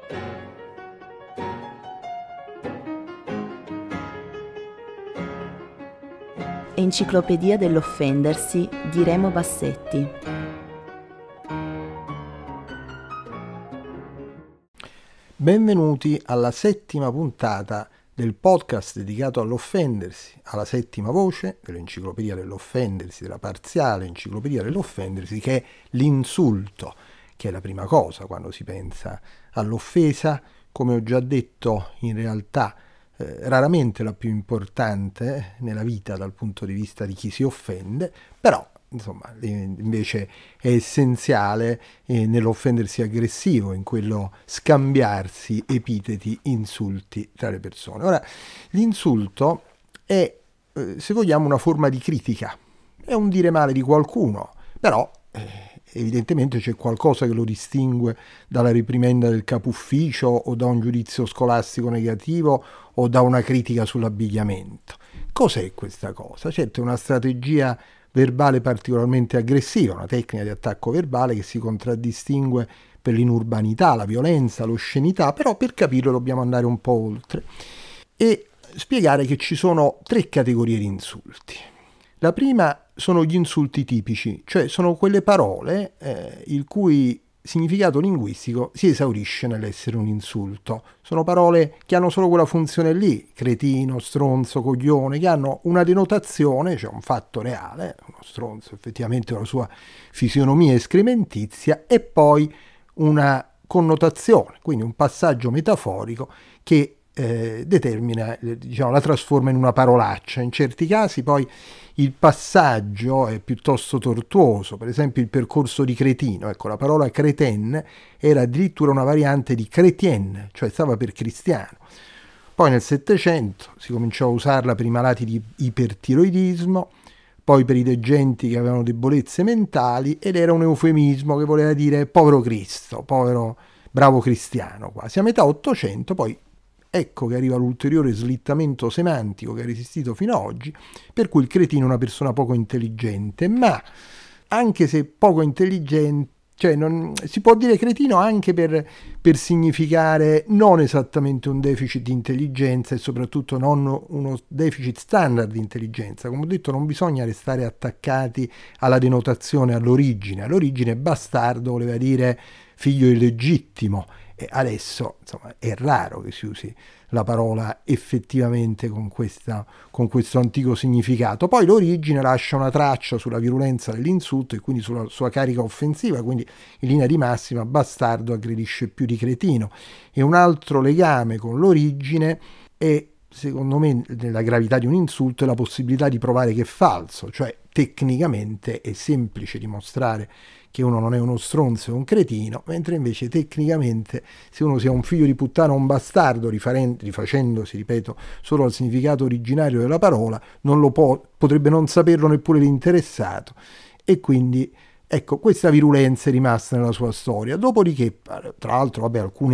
Enciclopedia dell'offendersi di Remo Bassetti. Benvenuti alla settima puntata del podcast dedicato all'offendersi, alla settima voce dell'enciclopedia dell'offendersi, della parziale enciclopedia dell'offendersi, che è l'insulto, che è la prima cosa quando si pensa all'offesa. Come ho già detto, in realtà raramente la più importante nella vita dal punto di vista di chi si offende, però insomma invece è essenziale nell'offendersi aggressivo, in quello scambiarsi epiteti, insulti tra le persone. Ora, l'insulto è, se vogliamo, una forma di critica, è un dire male di qualcuno, però evidentemente c'è qualcosa che lo distingue dalla reprimenda del capo ufficio o da un giudizio scolastico negativo o da una critica sull'abbigliamento. Cos'è questa cosa? Certo, è una strategia verbale particolarmente aggressiva, una tecnica di attacco verbale che si contraddistingue per l'inurbanità, la violenza, l'oscenità, però per capirlo dobbiamo andare un po' oltre e spiegare che ci sono tre categorie di insulti. La prima sono gli insulti tipici, cioè sono quelle parole il cui significato linguistico si esaurisce nell'essere un insulto. Sono parole che hanno solo quella funzione lì, cretino, stronzo, coglione, che hanno una denotazione, cioè un fatto reale, uno stronzo effettivamente ha la sua fisionomia escrementizia, e poi una connotazione, quindi un passaggio metaforico che determina, diciamo, la trasforma in una parolaccia. In certi casi poi il passaggio è piuttosto tortuoso, per esempio il percorso di cretino. Ecco, la parola crétin era addirittura una variante di chrétien, cioè stava per cristiano. Poi nel Settecento si cominciò a usarla per i malati di ipertiroidismo, poi per i degenti che avevano debolezze mentali, ed era un eufemismo che voleva dire povero Cristo, povero bravo cristiano quasi. A metà Ottocento poi ecco che arriva l'ulteriore slittamento semantico che ha resistito fino ad oggi, per cui il cretino è una persona poco intelligente, ma anche se poco intelligente, cioè si può dire cretino anche per significare non esattamente un deficit di intelligenza e soprattutto non uno deficit standard di intelligenza. Come ho detto, non bisogna restare attaccati alla denotazione, all'origine. All'origine bastardo voleva dire figlio illegittimo. E adesso insomma è raro che si usi la parola effettivamente con questo antico significato. Poi l'origine lascia una traccia sulla virulenza dell'insulto e quindi sulla sua carica offensiva, quindi in linea di massima bastardo aggredisce più di cretino. E un altro legame con l'origine è, secondo me, nella gravità di un insulto, è la possibilità di provare che è falso, cioè tecnicamente è semplice dimostrare che uno non è uno stronzo e un cretino, mentre invece tecnicamente se uno sia un figlio di puttana o un bastardo, rifacendosi, ripeto, solo al significato originario della parola, non lo potrebbe non saperlo neppure l'interessato, e quindi ecco, questa virulenza è rimasta nella sua storia. Dopodiché, tra l'altro,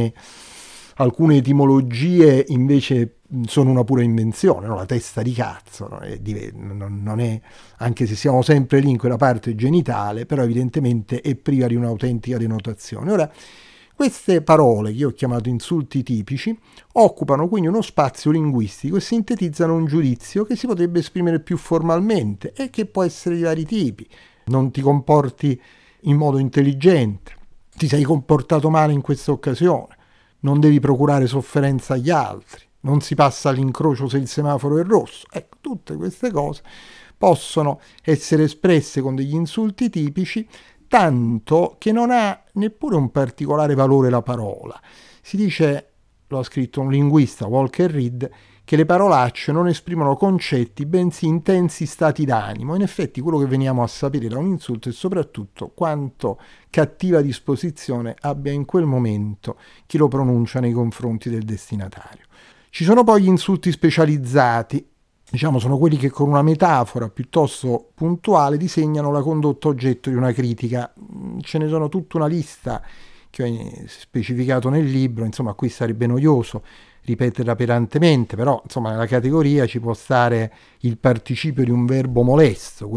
alcune etimologie invece sono una pura invenzione, no? La testa di cazzo non è, anche se siamo sempre lì in quella parte genitale, però evidentemente è priva di un'autentica denotazione. Ora, queste parole, che io ho chiamato insulti tipici, occupano quindi uno spazio linguistico e sintetizzano un giudizio che si potrebbe esprimere più formalmente e che può essere di vari tipi. Non ti comporti in modo intelligente, ti sei comportato male in questa occasione, non devi procurare sofferenza agli altri, non si passa all'incrocio se il semaforo è rosso. Ecco, tutte queste cose possono essere espresse con degli insulti tipici, tanto che non ha neppure un particolare valore la parola. Si dice, lo ha scritto un linguista, Walker Reed, che le parolacce non esprimono concetti, bensì intensi stati d'animo. In effetti quello che veniamo a sapere da un insulto è soprattutto quanto cattiva disposizione abbia in quel momento chi lo pronuncia nei confronti del destinatario. Ci sono poi gli insulti specializzati, diciamo sono quelli che con una metafora piuttosto puntuale disegnano la condotta oggetto di una critica. Ce ne sono tutta una lista che ho specificato nel libro, insomma qui sarebbe noioso ripeterla pedantemente, però insomma nella categoria ci può stare il participio di un verbo molesto, quindi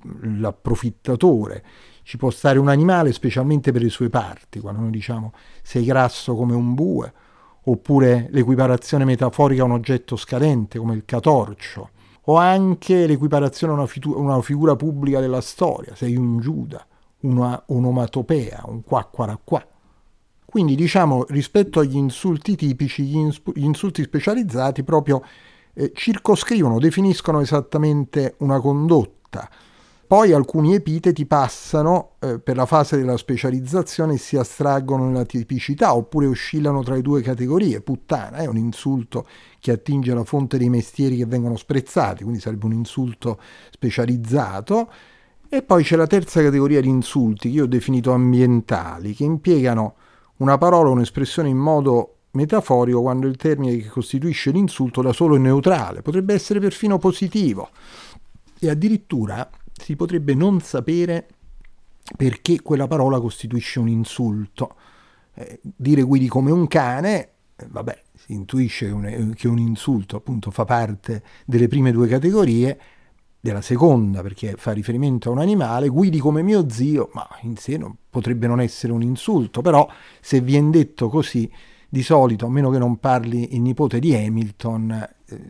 l'approfittatore, ci può stare un animale specialmente per le sue parti, quando noi diciamo sei grasso come un bue, oppure l'equiparazione metaforica a un oggetto scadente come il catorcio, o anche l'equiparazione a una figura pubblica della storia, sei un Giuda, una onomatopea, un qua. Quindi diciamo rispetto agli insulti tipici, gli insulti specializzati proprio circoscrivono, definiscono esattamente una condotta. Poi alcuni epiteti passano per la fase della specializzazione e si astraggono nella tipicità, oppure oscillano tra le due categorie. Puttana è un insulto che attinge alla fonte dei mestieri che vengono sprezzati, quindi sarebbe un insulto specializzato. E poi c'è la terza categoria di insulti, che io ho definito ambientali, che impiegano una parola o un'espressione in modo metaforico quando il termine che costituisce l'insulto da solo è neutrale, potrebbe essere perfino positivo. E addirittura si potrebbe non sapere perché quella parola costituisce un insulto. Dire guidi come un cane, vabbè, si intuisce che un insulto appunto fa parte delle prime due categorie, della seconda perché fa riferimento a un animale. Guidi come mio zio, ma in sé potrebbe non essere un insulto, però se viene detto così, di solito, a meno che non parli il nipote di Hamilton,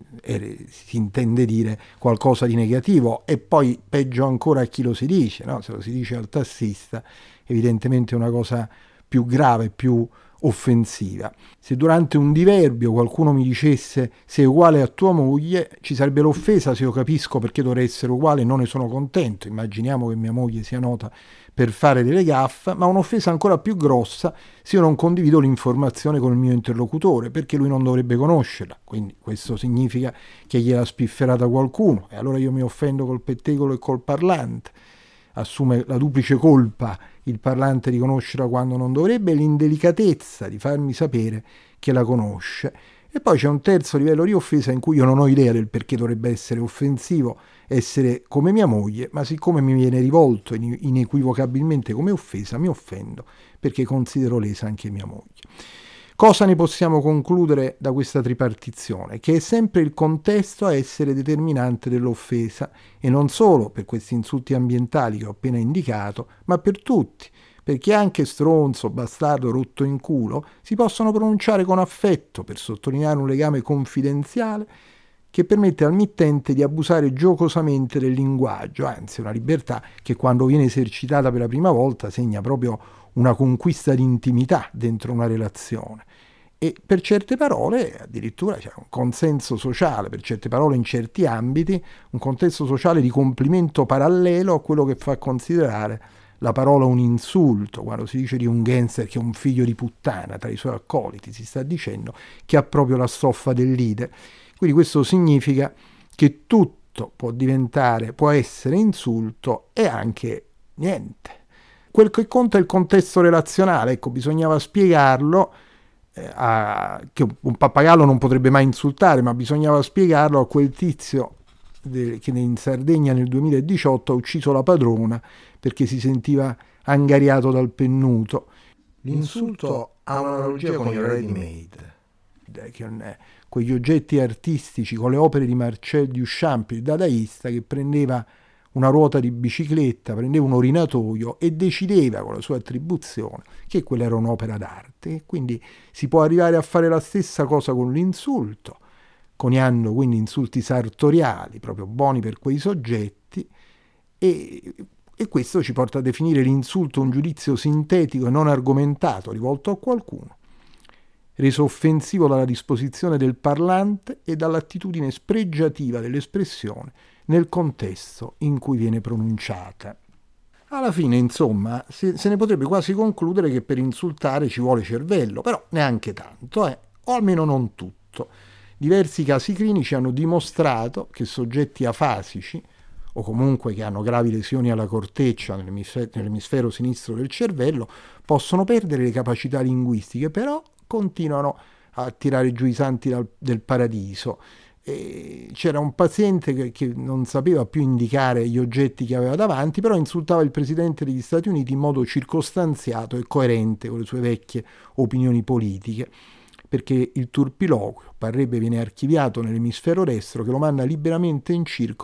si intende dire qualcosa di negativo. E poi peggio ancora a chi lo si dice, no? Se lo si dice al tassista, evidentemente è una cosa più grave, più offensiva. Se durante un diverbio qualcuno mi dicesse sei uguale a tua moglie, ci sarebbe l'offesa se io capisco perché dovrei essere uguale e non ne sono contento. Immaginiamo che mia moglie sia nota per fare delle gaffe, ma un'offesa ancora più grossa se io non condivido l'informazione con il mio interlocutore, perché lui non dovrebbe conoscerla. Quindi questo significa che gliela spifferata qualcuno, e allora io mi offendo col pettegolo e col parlante. Assume la duplice colpa il parlante di conoscerla quando non dovrebbe, e l'indelicatezza di farmi sapere che la conosce. E poi c'è un terzo livello di offesa in cui io non ho idea del perché dovrebbe essere offensivo essere come mia moglie, ma siccome mi viene rivolto inequivocabilmente come offesa, mi offendo perché considero lesa anche mia moglie. Cosa ne possiamo concludere da questa tripartizione? Che è sempre il contesto a essere determinante dell'offesa, e non solo per questi insulti ambientali che ho appena indicato, ma per tutti, perché anche stronzo, bastardo, rotto in culo si possono pronunciare con affetto per sottolineare un legame confidenziale che permette al mittente di abusare giocosamente del linguaggio, anzi una libertà che quando viene esercitata per la prima volta segna proprio una conquista di intimità dentro una relazione. E per certe parole addirittura c'è un consenso sociale, per certe parole in certi ambiti, un contesto sociale di complimento parallelo a quello che fa considerare la parola un insulto. Quando si dice di un gangster che è un figlio di puttana tra i suoi accoliti, si sta dicendo che ha proprio la stoffa del leader. Quindi questo significa che tutto può essere insulto e anche niente. Quel che conta è il contesto relazionale. Ecco, bisognava spiegarlo, che un pappagallo non potrebbe mai insultare, ma bisognava spiegarlo a quel tizio che in Sardegna nel 2018 ha ucciso la padrona perché si sentiva angariato dal pennuto. L'insulto ha un'analogia con il ready-made, che non è quegli oggetti artistici con le opere di Marcel Duchamp, il dadaista, che prendeva una ruota di bicicletta, prendeva un orinatoio e decideva con la sua attribuzione che quella era un'opera d'arte. Quindi si può arrivare a fare la stessa cosa con l'insulto, coniando quindi insulti sartoriali, proprio buoni per quei soggetti, e questo ci porta a definire l'insulto un giudizio sintetico e non argomentato rivolto a qualcuno, reso offensivo dalla disposizione del parlante e dall'attitudine spregiativa dell'espressione nel contesto in cui viene pronunciata. Alla fine, insomma, se ne potrebbe quasi concludere che per insultare ci vuole cervello, però neanche tanto, o almeno non tutto. Diversi casi clinici hanno dimostrato che soggetti afasici, o comunque che hanno gravi lesioni alla corteccia nell'emisfero sinistro del cervello, possono perdere le capacità linguistiche, però continuano a tirare giù i santi del paradiso. E c'era un paziente che non sapeva più indicare gli oggetti che aveva davanti, però insultava il presidente degli Stati Uniti in modo circostanziato e coerente con le sue vecchie opinioni politiche, perché il turpiloquio parrebbe viene archiviato nell'emisfero destro, che lo manda liberamente in circolo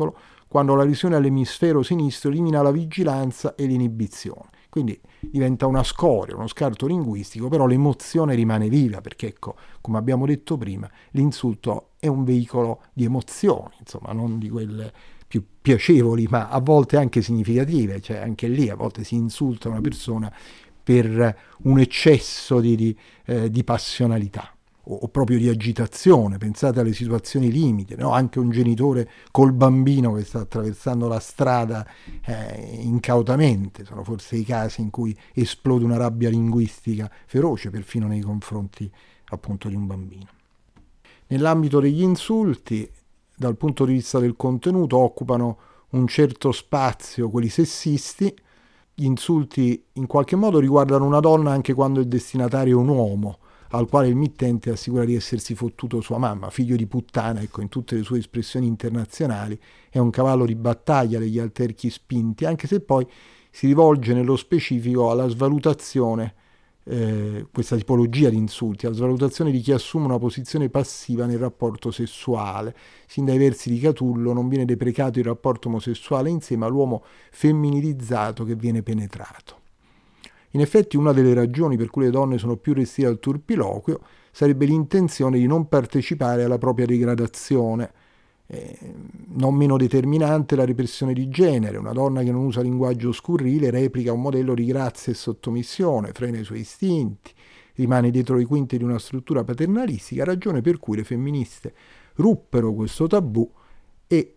quando la lesione all'emisfero sinistro elimina la vigilanza e l'inibizione. Quindi diventa una scoria, uno scarto linguistico, però l'emozione rimane viva, perché ecco, come abbiamo detto prima, l'insulto è un veicolo di emozioni, insomma, non di quelle più piacevoli, ma a volte anche significative, cioè anche lì a volte si insulta una persona per un eccesso di passionalità o proprio di agitazione. Pensate alle situazioni limite, no? Anche un genitore col bambino che sta attraversando la strada incautamente, sono forse i casi in cui esplode una rabbia linguistica feroce, perfino nei confronti appunto di un bambino. Nell'ambito degli insulti, dal punto di vista del contenuto, occupano un certo spazio quelli sessisti. Gli insulti in qualche modo riguardano una donna anche quando il destinatario è un uomo, al quale il mittente assicura di essersi fottuto sua mamma. Figlio di puttana, ecco, in tutte le sue espressioni internazionali, è un cavallo di battaglia degli alterchi spinti, anche se poi si rivolge nello specifico alla svalutazione, questa tipologia di insulti, alla svalutazione di chi assume una posizione passiva nel rapporto sessuale. Sin dai versi di Catullo non viene deprecato il rapporto omosessuale in sé, ma l'uomo femminilizzato che viene penetrato. In effetti una delle ragioni per cui le donne sono più restie al turpiloquio sarebbe l'intenzione di non partecipare alla propria degradazione. Non meno determinante la repressione di genere. Una donna che non usa linguaggio scurrile replica un modello di grazia e sottomissione, frena i suoi istinti, rimane dietro le quinte di una struttura paternalistica, ragione per cui le femministe ruppero questo tabù e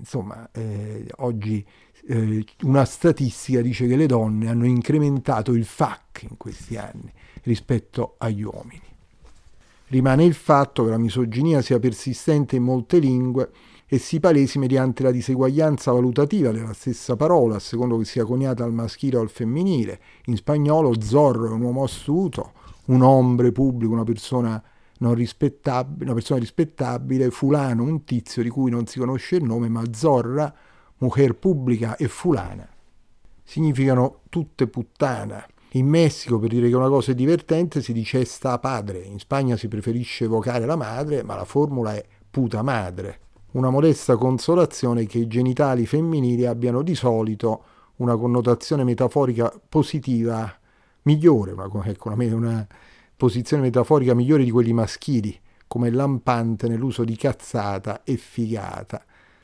oggi una statistica dice che le donne hanno incrementato il FAC in questi anni rispetto agli uomini. Rimane il fatto che la misoginia sia persistente in molte lingue e si palesi mediante la diseguaglianza valutativa della stessa parola, a secondo che sia coniata al maschile o al femminile. In spagnolo zorro è un uomo astuto, un hombre pubblico, una persona non rispettabile, una persona rispettabile, fulano un tizio di cui non si conosce il nome, ma zorra, mujer pubblica, e fulana significano tutte puttana. In Messico, per dire che una cosa è divertente, si dice sta padre. In Spagna si preferisce evocare la madre, ma la formula è puta madre. Una modesta consolazione che i genitali femminili abbiano di solito una connotazione metaforica positiva migliore, una posizione metaforica migliore di quelli maschili, come lampante nell'uso di cazzata e figata.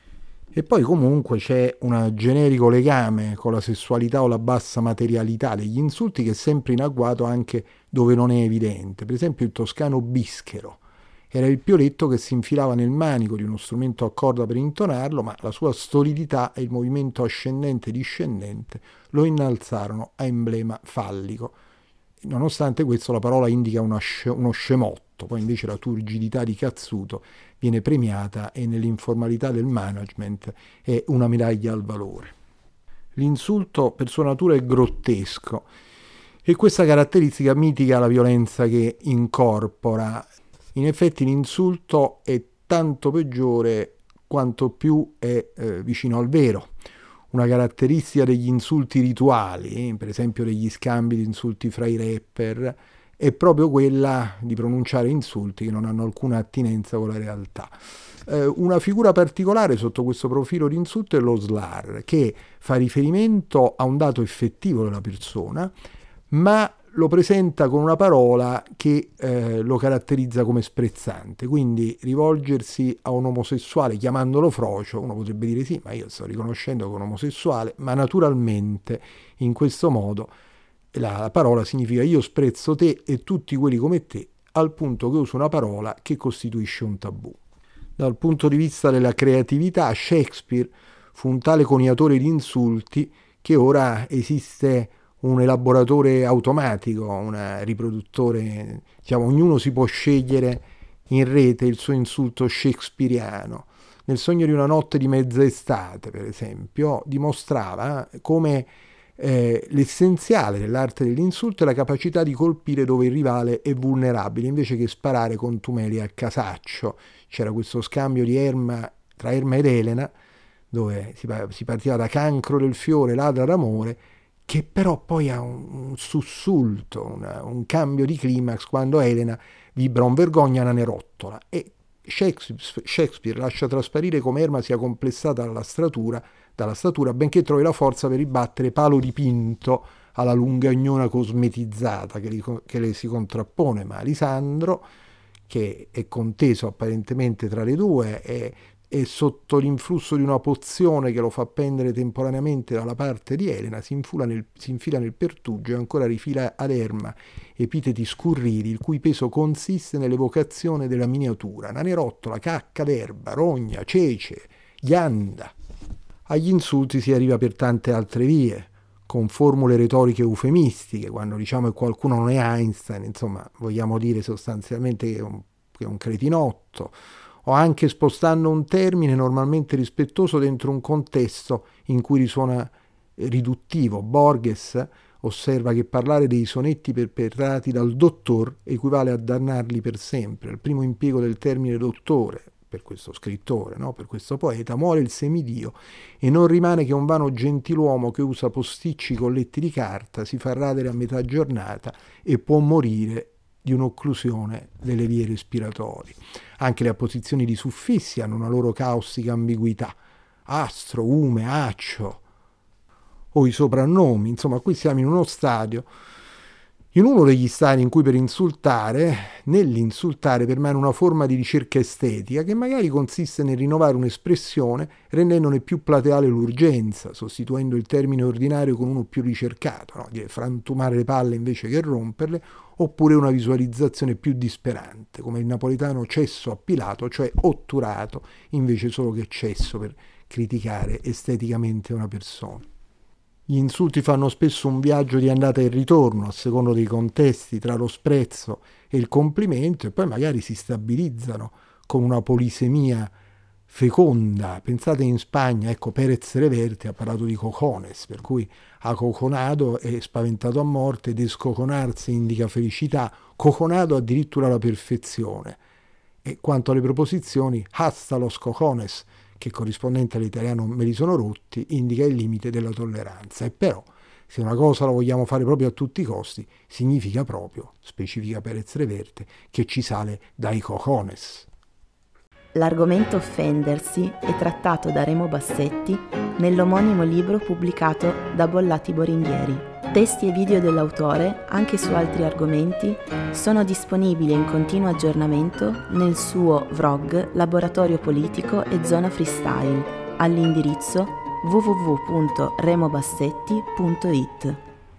E poi comunque c'è un generico legame con la sessualità o la bassa materialità degli insulti che è sempre in agguato anche dove non è evidente. Per esempio il toscano bischero era il pioletto che si infilava nel manico di uno strumento a corda per intonarlo, ma la sua stolidità e il movimento ascendente e discendente lo innalzarono a emblema fallico. Nonostante questo la parola indica uno scemotto, poi invece la turgidità di cazzuto viene premiata e nell'informalità del management è una medaglia al valore. L'insulto per sua natura è grottesco e questa caratteristica mitiga la violenza che incorpora. In effetti l'insulto è tanto peggiore quanto più è vicino al vero. Una caratteristica degli insulti rituali, per esempio degli scambi di insulti fra i rapper, è proprio quella di pronunciare insulti che non hanno alcuna attinenza con la realtà. Una figura particolare sotto questo profilo di insulto è lo slur, che fa riferimento a un dato effettivo della persona, ma lo presenta con una parola che lo caratterizza come sprezzante. Quindi rivolgersi a un omosessuale chiamandolo frocio, uno potrebbe dire sì, ma io sto riconoscendo che è un omosessuale, ma naturalmente in questo modo la parola significa io sprezzo te e tutti quelli come te, al punto che uso una parola che costituisce un tabù. Dal punto di vista della creatività, Shakespeare fu un tale coniatore di insulti che ora esiste un elaboratore automatico, un riproduttore, ognuno si può scegliere in rete il suo insulto shakespeariano. Nel Sogno di una notte di mezza estate, per esempio, dimostrava come l'essenziale dell'arte dell'insulto è la capacità di colpire dove il rivale è vulnerabile, invece che sparare contumeli a casaccio. C'era questo scambio tra Erma ed Elena, dove si partiva da cancro del fiore, ladra d'amore, che però poi ha un sussulto, un cambio di climax quando Elena vibra un vergogna una nerottola e Shakespeare lascia trasparire come Erma sia complessata dalla statura, benché trovi la forza per ribattere palo dipinto alla lungagnona cosmetizzata che le si contrappone, ma Alisandro, che è conteso apparentemente tra le due, è sotto l'influsso di una pozione che lo fa pendere temporaneamente dalla parte di Elena, si infila nel pertugio e ancora rifila ad Erma epiteti scurrili, il cui peso consiste nell'evocazione della miniatura: nanerottola, cacca d'erba, rogna, cece, ghianda. Agli insulti si arriva per tante altre vie, con formule retoriche eufemistiche. Quando diciamo che qualcuno non è Einstein, insomma, vogliamo dire sostanzialmente che è un cretinotto, o anche spostando un termine normalmente rispettoso dentro un contesto in cui risuona riduttivo. Borges osserva che parlare dei sonetti perpetrati dal dottor equivale a dannarli per sempre. Il primo impiego del termine dottore, per questo scrittore, no? Per questo poeta, muore il semidio e non rimane che un vano gentiluomo che usa posticci con letti di carta, si fa radere a metà giornata e può morire di un'occlusione delle vie respiratorie. Anche le apposizioni di suffissi hanno una loro caustica ambiguità: astro, ume, accio, o i soprannomi. Insomma, qui siamo in uno degli stadi in cui nell'insultare permane una forma di ricerca estetica che magari consiste nel rinnovare un'espressione rendendone più plateale l'urgenza, sostituendo il termine ordinario con uno più ricercato, no? Dire frantumare le palle invece che romperle, oppure una visualizzazione più disperante, come il napoletano cesso appilato, cioè otturato, invece solo che cesso, per criticare esteticamente una persona. Gli insulti fanno spesso un viaggio di andata e ritorno, a secondo dei contesti, tra lo sprezzo e il complimento, e poi magari si stabilizzano con una polisemia feconda. Pensate in Spagna, ecco, Pérez Reverte ha parlato di cojones, per cui acoconado è spaventato a morte, descoconarsi indica felicità, cojonato addirittura la perfezione. E quanto alle proposizioni, hasta los cojones, che corrispondente all'italiano me li sono rotti, indica il limite della tolleranza. E però, se una cosa la vogliamo fare proprio a tutti i costi, significa proprio, specifica Pérez Reverte, che ci sale dai cojones. L'argomento offendersi è trattato da Remo Bassetti nell'omonimo libro pubblicato da Bollati Boringhieri. Testi e video dell'autore, anche su altri argomenti, sono disponibili in continuo aggiornamento nel suo vlog Laboratorio Politico e Zona Freestyle all'indirizzo www.remobassetti.it.